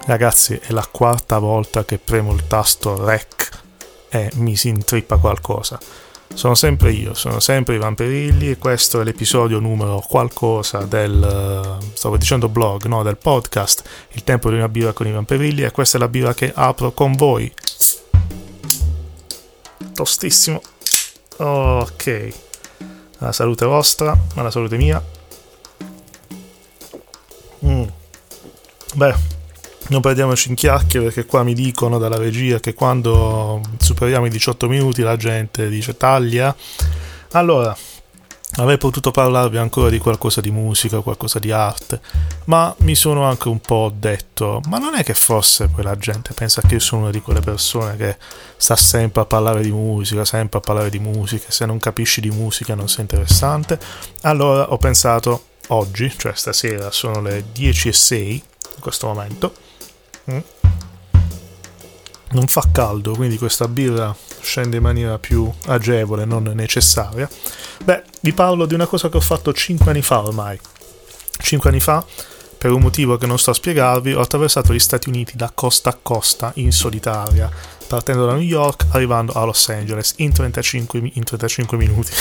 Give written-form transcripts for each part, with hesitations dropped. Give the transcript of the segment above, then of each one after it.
Ragazzi, è la quarta volta che premo il tasto REC e mi si intrippa qualcosa. Sono sempre io, sono sempre Ivan Perilli e questo è l'episodio numero qualcosa del, stavo dicendo blog, no, del podcast Il tempo di una birra con Ivan Perilli, e questa è la birra che apro con voi. Tostissimo. Ok. La salute vostra, ma la salute mia. Beh, non perdiamoci in chiacchiere, perché qua mi dicono dalla regia che quando superiamo i 18 minuti la gente dice taglia. Allora, avrei potuto parlarvi ancora di qualcosa di musica, qualcosa di arte, ma mi sono anche un po' detto, ma non è che forse poi la gente pensa che io sono una di quelle persone che sta sempre a parlare di musica, sempre a parlare di musica, se non capisci di musica non sei interessante. Allora ho pensato, oggi, cioè stasera, sono le 10:06 in questo momento, non fa caldo, quindi questa birra scende in maniera più agevole, non necessaria. Beh, vi parlo di una cosa che ho fatto 5 anni fa ormai. 5 anni fa, per un motivo che non sto a spiegarvi, ho attraversato gli Stati Uniti da costa a costa in solitaria, partendo da New York, arrivando a Los Angeles in 35 minuti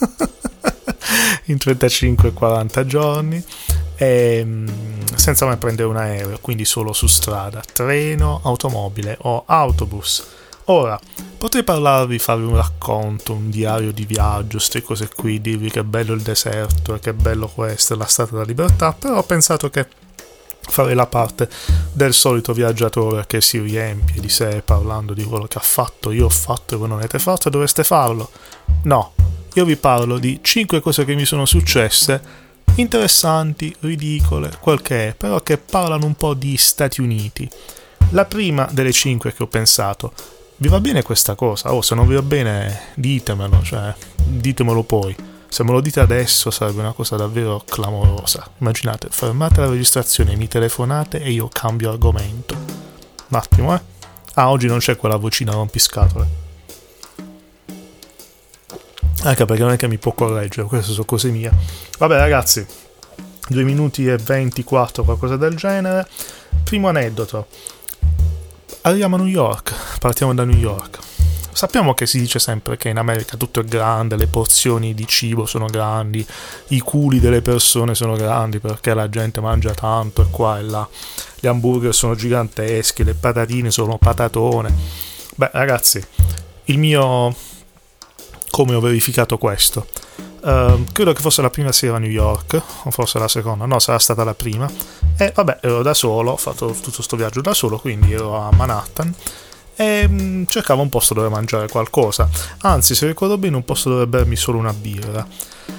in 35-40 giorni, senza mai prendere un aereo, quindi solo su strada, treno, automobile o autobus. Ora, potrei parlarvi, farvi un racconto, un diario di viaggio, queste cose qui, dirvi che bello il deserto e che bello questo, la Statua della Libertà, però ho pensato che farei la parte del solito viaggiatore che si riempie di sé parlando di quello che ha fatto, io ho fatto e voi non avete fatto e dovreste farlo. No, io vi parlo di 5 cose che mi sono successe, interessanti, ridicole, quel che è, però che parlano un po' di Stati Uniti. La prima delle 5 che ho pensato, vi va bene questa cosa? Se non vi va bene ditemelo, cioè ditemelo poi. Se me lo dite adesso sarebbe una cosa davvero clamorosa. Immaginate, fermate la registrazione, mi telefonate e io cambio argomento. Un attimo, oggi non c'è quella vocina rompiscatole. Anche perché non è che mi può correggere, queste sono cose mie. Vabbè ragazzi, 2 minuti e 24, qualcosa del genere. Primo aneddoto. Arriviamo a New York, partiamo da New York. Sappiamo che si dice sempre che in America tutto è grande, le porzioni di cibo sono grandi, i culi delle persone sono grandi perché la gente mangia tanto e qua e là. Gli hamburger sono giganteschi, le patatine sono patatone. Beh ragazzi, come ho verificato questo? Credo che fosse la prima sera a New York, o forse la seconda, no, sarà stata la prima. E vabbè, ero da solo, ho fatto tutto sto viaggio da solo, quindi ero a Manhattan e cercavo un posto dove mangiare qualcosa. Anzi, se ricordo bene, un posto dove bermi solo una birra.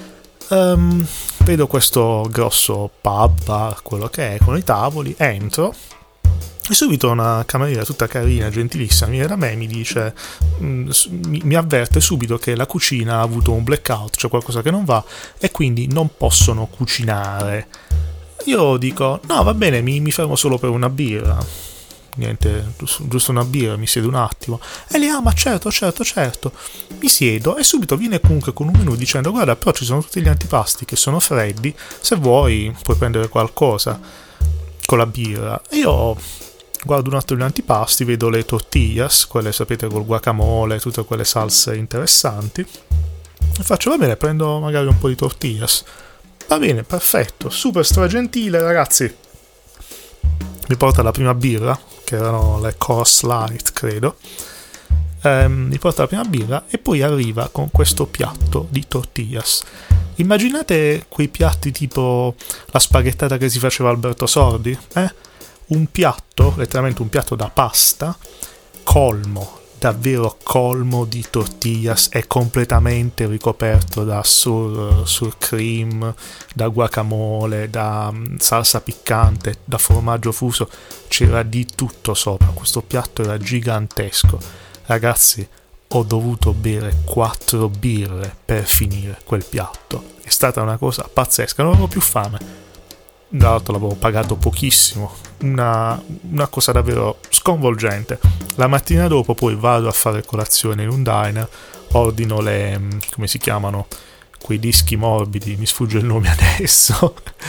Vedo questo grosso pub, bar, quello che è, con i tavoli, entro. E subito una cameriera tutta carina, gentilissima, viene da me e mi dice, mi avverte subito che la cucina ha avuto un blackout, cioè qualcosa che non va, e quindi non possono cucinare. Io dico, no va bene, mi fermo solo per una birra. Niente, giusto una birra, mi siedo un attimo. E lei, ma certo. Mi siedo e subito viene comunque con un menù dicendo, guarda, però ci sono tutti gli antipasti che sono freddi, se vuoi puoi prendere qualcosa con la birra. E io guardo un attimo gli antipasti, vedo le tortillas, quelle sapete col guacamole, tutte quelle salse interessanti, e faccio va bene, prendo magari un po' di tortillas. Va bene, perfetto, super stragentile ragazzi. Mi porta la prima birra, che erano le Coors Light credo, mi porta la prima birra e poi arriva con questo piatto di tortillas. Immaginate quei piatti tipo la spaghettata che si faceva Alberto Sordi, un piatto, letteralmente un piatto da pasta, colmo, davvero colmo di tortillas e completamente ricoperto da sour cream, da guacamole, da salsa piccante, da formaggio fuso, c'era di tutto sopra, questo piatto era gigantesco. Ragazzi, ho dovuto bere 4 birre per finire quel piatto, è stata una cosa pazzesca, non avevo più fame. Dall'altro l'avevo pagato pochissimo, una cosa davvero sconvolgente. La mattina dopo poi vado a fare colazione in un diner, ordino come si chiamano, quei dischi morbidi, mi sfugge il nome adesso,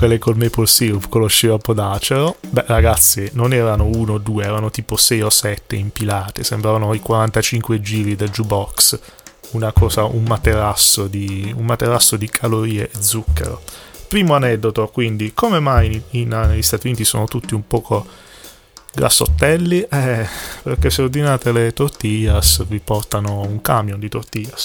quelle col maple syrup, con lo sciroppo d'acero. Beh ragazzi, non erano 1 o 2, erano tipo 6 o 7 impilate, sembravano i 45 giri del jukebox, una cosa, un materasso di calorie e zucchero. Primo aneddoto, quindi, come mai negli Stati Uniti sono tutti un poco grassottelli? Perché se ordinate le tortillas vi portano un camion di tortillas.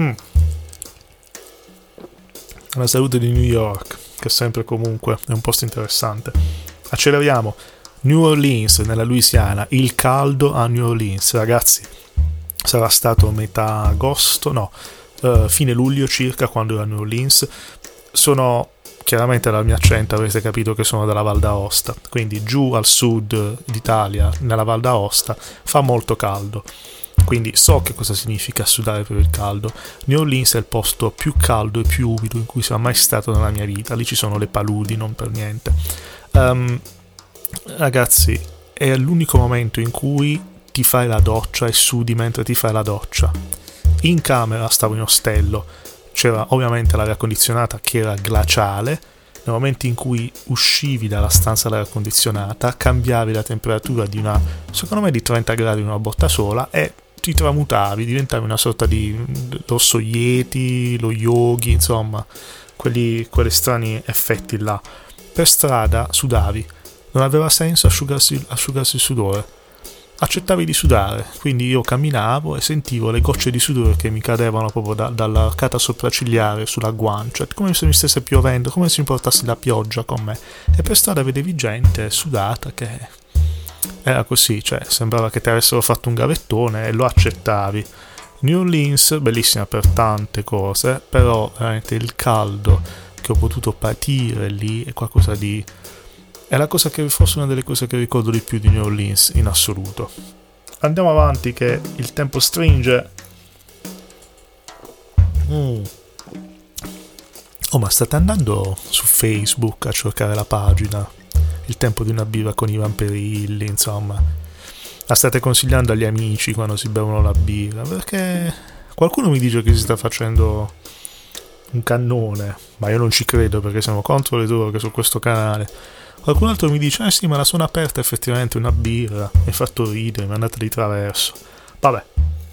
La salute di New York, che sempre comunque è un posto interessante. Acceleriamo. New Orleans, nella Louisiana, il caldo a New Orleans, ragazzi, sarà stato metà agosto, no, fine luglio circa, quando ero a New Orleans. Sono, chiaramente dal mio accento avrete capito che sono della Val d'Aosta, quindi giù al sud d'Italia, nella Val d'Aosta, fa molto caldo. Quindi so che cosa significa sudare per il caldo. New Orleans è il posto più caldo e più umido in cui sono mai stato nella mia vita. Lì ci sono le paludi, non per niente. Ragazzi, è l'unico momento in cui ti fai la doccia e sudi mentre ti fai la doccia. In camera stavo in ostello, c'era ovviamente l'aria condizionata che era glaciale. Nel momento in cui uscivi dalla stanza dell'aria condizionata, cambiavi la temperatura secondo me di 30 gradi in una botta sola, e ti tramutavi, diventavi una sorta di l'orso Yeti, lo yogi, insomma, quegli strani effetti là. Per strada sudavi, non aveva senso asciugarsi il sudore, accettavi di sudare, quindi io camminavo e sentivo le gocce di sudore che mi cadevano proprio dall'arcata sopraccigliare sulla guancia, come se mi stesse piovendo, come se mi portassi la pioggia con me, e per strada vedevi gente sudata che era così, cioè sembrava che ti avessero fatto un gavettone, e lo accettavi. New Orleans, bellissima per tante cose, però veramente il caldo che ho potuto patire lì è qualcosa di... è la cosa che forse una delle cose che ricordo di più di New Orleans in assoluto. Andiamo avanti che il tempo stringe. Oh, ma state andando su Facebook a cercare la pagina Il tempo di una birra con Ivan Perilli, insomma, la state consigliando agli amici quando si bevono la birra, perché qualcuno mi dice che si sta facendo un cannone, ma io non ci credo, perché siamo contro le droghe su questo canale. Qualcun altro mi dice, sì, ma la sono aperta effettivamente una birra, mi ha fatto ridere, mi è andata di traverso. Vabbè.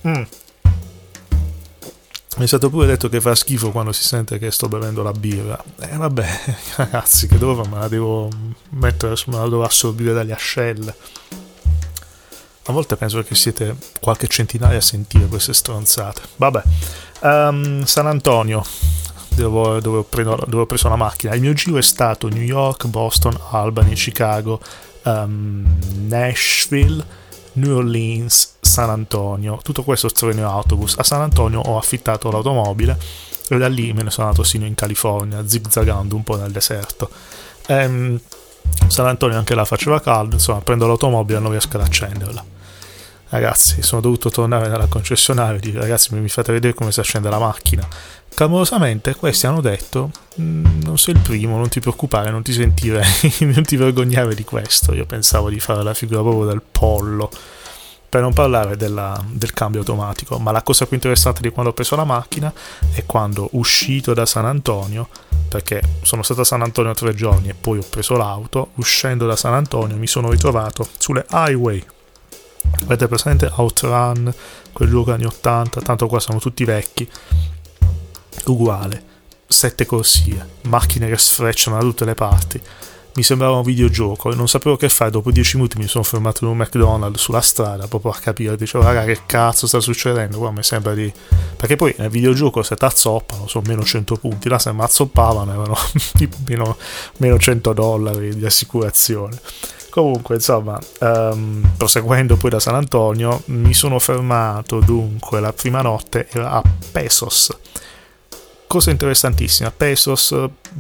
Mi è stato pure detto che fa schifo quando si sente che sto bevendo la birra. Vabbè, ragazzi, che devo fare? Me la devo mettere, me la devo assorbire dalle ascelle. A volte penso che siete qualche centinaia a sentire queste stronzate. Vabbè. San Antonio, dove ho preso la macchina. Il mio giro è stato New York, Boston, Albany, Chicago, Nashville, New Orleans, San Antonio. Tutto questo treno in autobus. A San Antonio ho affittato l'automobile e da lì me ne sono andato sino in California, zigzagando un po' nel deserto. San Antonio anche là faceva caldo, insomma prendo l'automobile e non riesco ad accenderla. Ragazzi, sono dovuto tornare dalla concessionaria e dire, ragazzi, mi fate vedere come si accende la macchina. Clamorosamente questi hanno detto, non sei il primo, non ti preoccupare, non ti sentire, non ti vergognare di questo. Io pensavo di fare la figura proprio del pollo, per non parlare del cambio automatico. Ma la cosa più interessante di quando ho preso la macchina è quando, uscito da San Antonio, perché sono stato a San Antonio 3 giorni e poi ho preso l'auto, uscendo da San Antonio mi sono ritrovato sulle highway. Avete presente Outrun, quel gioco anni 80, tanto qua siamo tutti vecchi, uguale, 7 corsie, macchine che sfrecciano da tutte le parti, mi sembrava un videogioco e non sapevo che fare. Dopo 10 minuti mi sono fermato in un McDonald's sulla strada proprio a capire, dicevo, raga, che cazzo sta succedendo qua? Mi sembra di... perché poi nel videogioco se t'azzoppano sono meno 100 punti, là se mi azzoppavano erano tipo meno $100 di assicurazione. Comunque, insomma, proseguendo poi da San Antonio, mi sono fermato, dunque, la prima notte era a Pasos. Cosa interessantissima, Pasos,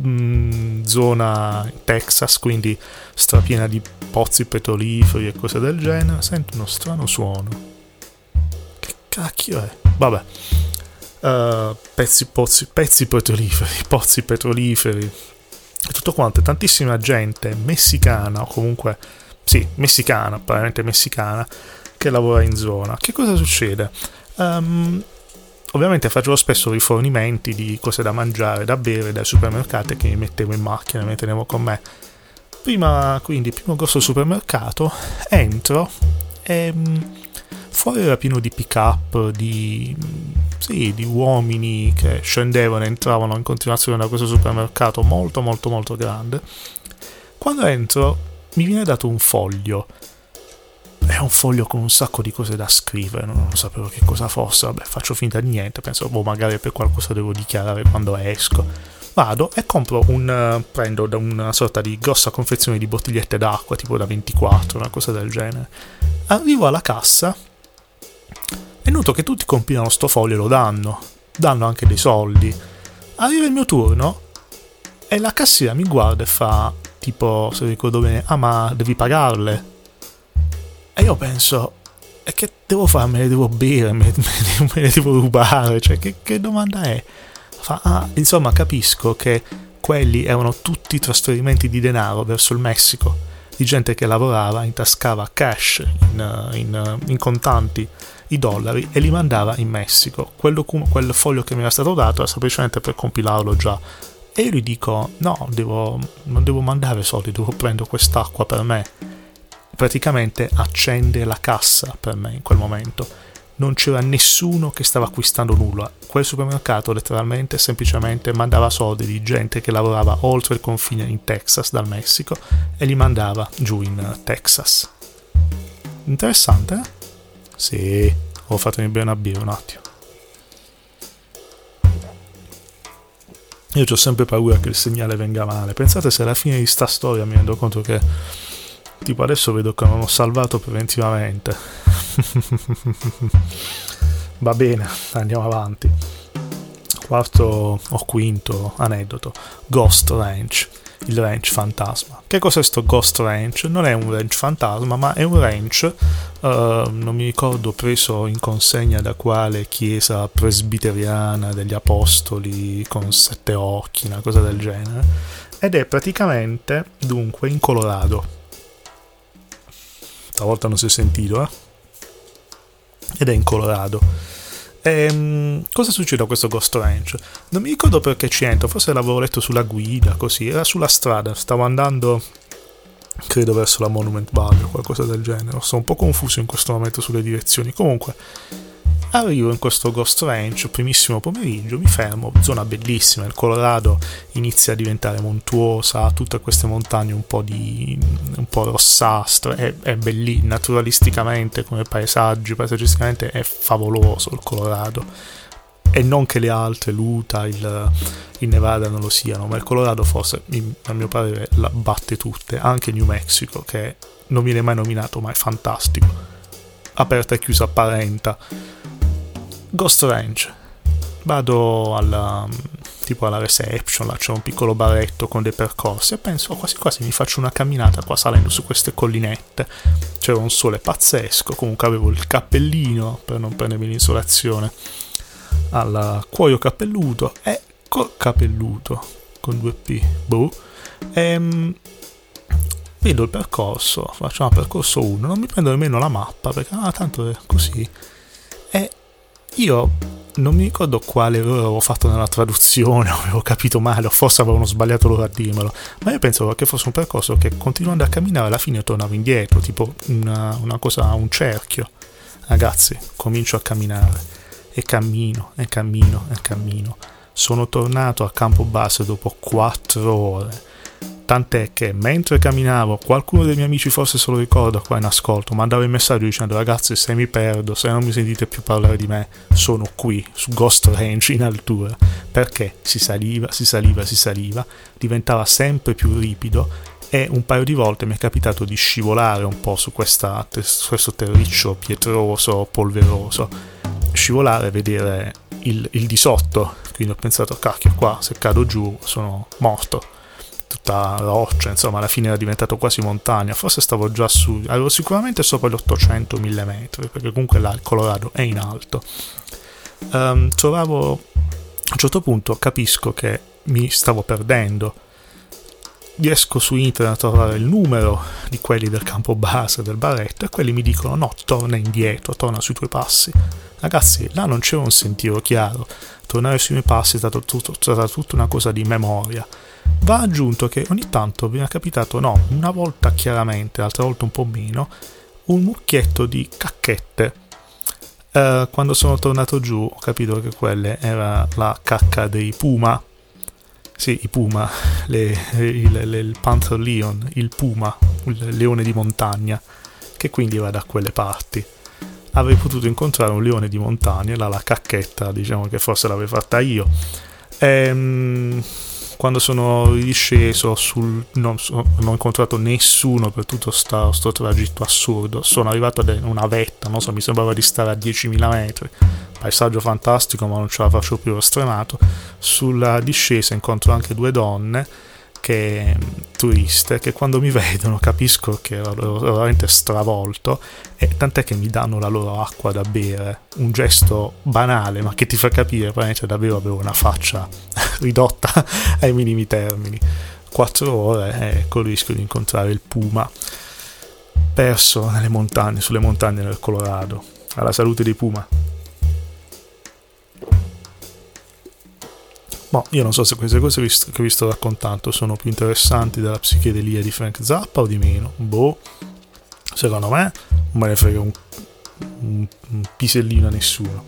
zona Texas, quindi strapiena di pozzi petroliferi e cose del genere. Sento uno strano suono. Che cacchio è? Vabbè. Pezzi petroliferi, pozzi petroliferi, e tutto quanto, tantissima gente messicana, o comunque sì, messicana, apparentemente messicana, che lavora in zona. Che cosa succede? ovviamente facevo spesso rifornimenti di cose da mangiare, da bere dai supermercati che mi mettevo in macchina e mi tenevo con me. Quindi, primo grosso supermercato, entro e fuori era pieno di pick-up, di uomini che scendevano e entravano in continuazione da questo supermercato molto molto molto grande. Quando entro mi viene dato un foglio. È un foglio con un sacco di cose da scrivere, non sapevo che cosa fosse, vabbè, faccio finta di niente, penso, magari per qualcosa devo dichiarare quando esco. Vado e prendo da una sorta di grossa confezione di bottigliette d'acqua, tipo da 24, una cosa del genere. Arrivo alla cassa e noto che tutti compilano sto foglio e lo danno anche dei soldi. Arriva il mio turno e la cassiera mi guarda e fa, tipo, se ricordo bene, ma devi pagarle? E io penso, e che devo fare? Me le devo bere, me le devo rubare? Cioè, che domanda è? Insomma, capisco che quelli erano tutti trasferimenti di denaro verso il Messico, di gente che lavorava, intascava cash in contanti, i dollari, e li mandava in Messico. Quel foglio che mi era stato dato era semplicemente per compilarlo già. E io gli dico, no, non devo mandare soldi, devo prendere quest'acqua per me. Praticamente accende la cassa per me in quel momento. Non c'era nessuno che stava acquistando nulla. Quel supermercato letteralmente semplicemente mandava soldi di gente che lavorava oltre il confine in Texas dal Messico e li mandava giù in Texas. Interessante, eh? Sì, ho fatto bere una birra un attimo. Io ho sempre paura che il segnale venga male. Pensate se alla fine di sta storia mi rendo conto che tipo adesso vedo che non ho salvato preventivamente. Va bene, andiamo avanti. Quarto o quinto aneddoto: Ghost Ranch, il ranch fantasma. Che cos'è sto Ghost Ranch? Non è un ranch fantasma, ma è un ranch, non mi ricordo preso in consegna da quale chiesa presbiteriana degli apostoli con 7 occhi, una cosa del genere, ed è praticamente, dunque, in Colorado. Stavolta non si è sentito, ed è in Colorado. Cosa succede a questo Ghost Ranch? Non mi ricordo perché ci entro, forse l'avevo letto sulla guida, così, era sulla strada, stavo andando, credo, verso la Monument Valley o qualcosa del genere. Sono un po' confuso in questo momento sulle direzioni. Comunque arrivo in questo Ghost Ranch, primissimo pomeriggio, mi fermo, zona bellissima, il Colorado inizia a diventare montuosa, tutte queste montagne un po' rossastre, è bellissimo, naturalisticamente come paesaggisticamente è favoloso il Colorado, e non che le altre, l'Utah, il Nevada non lo siano, ma il Colorado forse, a mio parere, la batte tutte, anche New Mexico, che non viene mai nominato, ma è fantastico, aperta e chiusa parenta. Ghost Ranch, vado alla reception, là c'è un piccolo baretto con dei percorsi e penso, quasi quasi mi faccio una camminata qua salendo su queste collinette. C'era un sole pazzesco, comunque avevo il cappellino per non prendermi l'insolazione al cuoio capelluto e col capelluto con 2P, vedo il percorso, facciamo percorso 1, non mi prendo nemmeno la mappa perché tanto è così, e io non mi ricordo quale errore avevo fatto nella traduzione, o avevo capito male, o forse avevano sbagliato loro a dirmelo, ma io pensavo che fosse un percorso che continuando a camminare alla fine tornavo indietro, tipo una cosa, un cerchio. Ragazzi, comincio a camminare e cammino. Sono tornato a campo base dopo 4 ore. Tant'è che mentre camminavo, qualcuno dei miei amici forse se lo ricorda qua in ascolto, mandava il messaggio dicendo: ragazzi, se mi perdo, se non mi sentite più parlare di me, sono qui su Ghost Ranch in altura, perché si saliva, diventava sempre più ripido e un paio di volte mi è capitato di scivolare un po' su questo terriccio pietroso, polveroso, scivolare e vedere il di sotto, quindi ho pensato: cacchio, qua se cado giù sono morto. Tutta roccia, insomma, alla fine era diventato quasi montagna, forse avevo sicuramente sopra gli 800.000 metri, perché comunque là il Colorado è in alto. A un certo punto capisco che mi stavo perdendo, riesco su internet a trovare il numero di quelli del campo base del baretto e quelli mi dicono no, torna indietro, torna sui tuoi passi. Ragazzi, là non c'era un sentiero chiaro, tornare sui miei passi è stata tutta una cosa di memoria. Va aggiunto che ogni tanto mi è capitato, no, una volta chiaramente, l'altra volta un po' meno, un mucchietto di cacchette. Quando sono tornato giù ho capito che quelle era la cacca dei puma. Sì, i puma, il Panther Leon, il puma, il leone di montagna, che quindi va da quelle parti. Avrei potuto incontrare un leone di montagna, là la cacchetta, diciamo che forse l'avrei fatta io. Quando sono risceso non ho incontrato nessuno per tutto sto tragitto assurdo. Sono arrivato ad una vetta, non so, mi sembrava di stare a 10.000 metri. Paesaggio fantastico, ma non ce la faccio più, ho stremato. Sulla discesa incontro anche due donne turiste che quando mi vedono capisco che ero veramente stravolto, e tant'è che mi danno la loro acqua da bere, un gesto banale ma che ti fa capire probabilmente davvero avevo una faccia ridotta ai minimi termini. 4 ore con il rischio di incontrare il puma perso nelle montagne, sulle montagne del Colorado. Alla salute dei puma. Boh, io non so se queste cose che vi sto raccontando sono più interessanti della psichedelia di Frank Zappa o di meno. Boh, secondo me non me ne frega un pisellino a nessuno.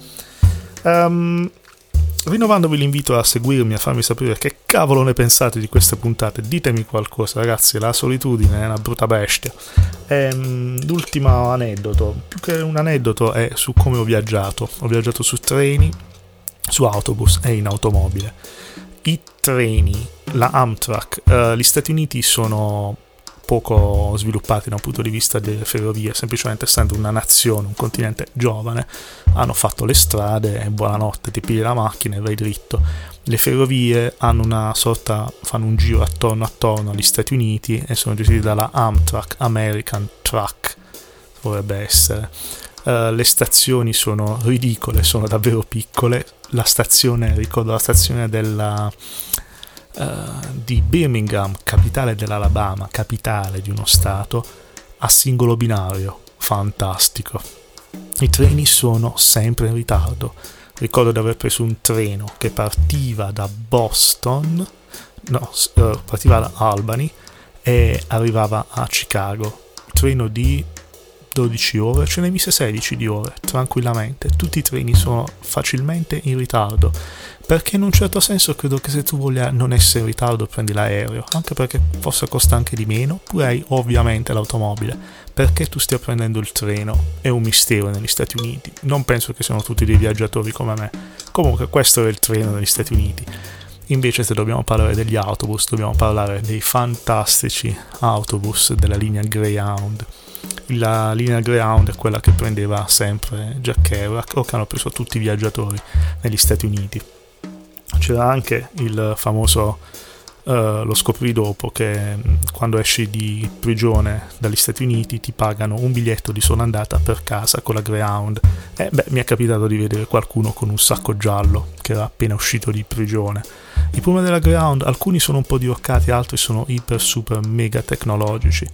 Rinnovandovi l'invito a seguirmi, a farmi sapere che cavolo ne pensate di queste puntate, ditemi qualcosa ragazzi, la solitudine è una brutta bestia. L'ultimo aneddoto, più che un aneddoto, è su come ho viaggiato su treni, su autobus e in automobile. I treni, la Amtrak, gli Stati Uniti sono poco sviluppati da un punto di vista delle ferrovie, semplicemente essendo una nazione, un continente giovane, hanno fatto le strade e buonanotte, ti pigli la macchina e vai dritto. Le ferrovie fanno un giro attorno agli Stati Uniti e sono gestite dalla Amtrak, American Truck dovrebbe essere. Le stazioni sono ridicole, sono davvero piccole. Ricordo la stazione di Birmingham, capitale dell'Alabama, capitale di uno stato, a singolo binario, fantastico. I treni sono sempre in ritardo. Ricordo di aver preso un treno che partiva da partiva da Albany e arrivava a Chicago. Treno di 12 ore, ce ne mise 16 di ore, tranquillamente. Tutti i treni sono facilmente in ritardo, perché in un certo senso credo che se tu voglia non essere in ritardo prendi l'aereo, anche perché forse costa anche di meno, pure hai ovviamente l'automobile. Perché tu stia prendendo il treno è un mistero negli Stati Uniti. Non penso che siano tutti dei viaggiatori come me. Comunque questo era il treno negli Stati Uniti. Invece se dobbiamo parlare degli autobus, dobbiamo parlare dei fantastici autobus della linea Greyhound. La linea Greyhound è quella che prendeva sempre Jack Kerouac, o che hanno preso tutti i viaggiatori negli Stati Uniti. C'era anche il famoso lo scopri dopo, che quando esci di prigione dagli Stati Uniti ti pagano un biglietto di sola andata per casa con la Greyhound. Mi è capitato di vedere qualcuno con un sacco giallo che era appena uscito di prigione. I pullman della Greyhound, alcuni sono un po' diroccati, altri sono iper super mega tecnologici.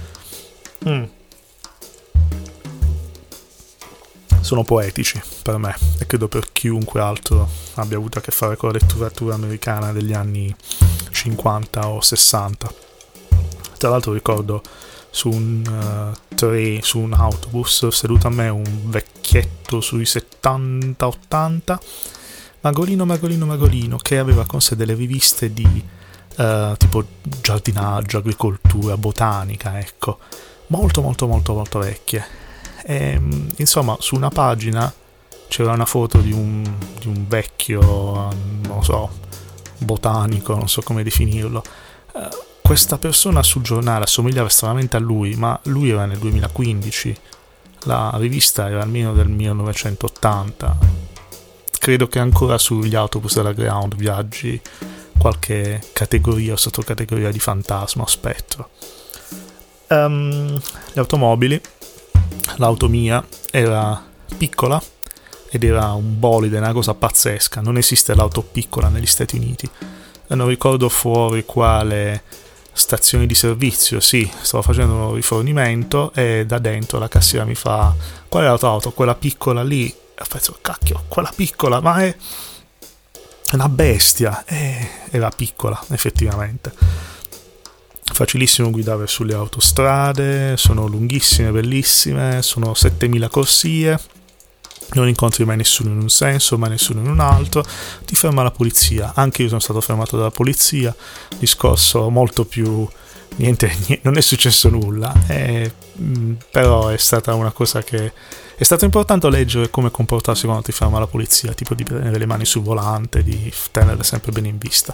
Sono poetici per me, e credo per chiunque altro abbia avuto a che fare con la letteratura americana degli anni 50 o 60. Tra l'altro ricordo su un autobus seduto a me un vecchietto sui 70-80, magolino, che aveva con sé delle riviste di tipo giardinaggio, agricoltura, botanica, ecco, molto vecchie. Insomma, su una pagina c'era una foto di un vecchio, non so, botanico, non so come definirlo. Questa persona sul giornale assomigliava estremamente a lui, ma lui era nel 2015, la rivista era almeno del 1980. Credo che ancora sugli autobus della Greyhound viaggi qualche categoria o sottocategoria di fantasma o spettro. Le automobili, l'auto mia era piccola ed era un bolide, una cosa pazzesca. Non esiste l'auto piccola negli Stati Uniti. Non ricordo fuori quale stazioni di servizio, sì, stavo facendo un rifornimento e da dentro la cassiera mi fa: qual è la tua auto? Quella piccola lì. E penso: cacchio, quella piccola, ma è una bestia. Era piccola, effettivamente. Facilissimo guidare sulle autostrade, sono lunghissime, bellissime, sono 7000 corsie, non incontri mai nessuno in un senso, mai nessuno in un altro, ti ferma la polizia, anche io sono stato fermato dalla polizia, discorso molto più niente, non è successo nulla, però è stata una cosa che è stato importante leggere come comportarsi quando ti ferma la polizia, tipo di tenere le mani sul volante, di tenerle sempre bene in vista.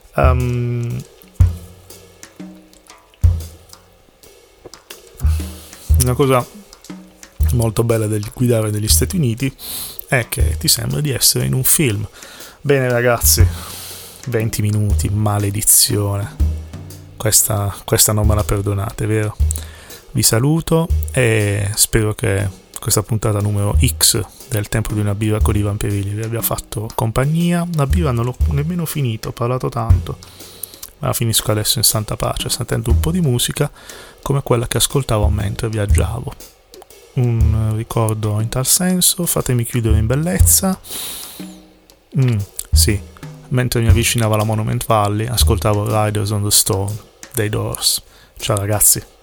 Una cosa molto bella del guidare negli Stati Uniti è che ti sembra di essere in un film. Bene ragazzi, 20 minuti, maledizione, questa non me la perdonate, vero? Vi saluto e spero che questa puntata numero X del Tempo di una birra con i Vampirili vi abbia fatto compagnia. La birra non l'ho nemmeno finito, ho parlato tanto, ma la finisco adesso in santa pace, sentendo un po' di musica come quella che ascoltavo mentre viaggiavo. Un ricordo in tal senso, fatemi chiudere in bellezza. Sì, mentre mi avvicinavo alla Monument Valley ascoltavo Riders on the Storm dei Doors. Ciao ragazzi.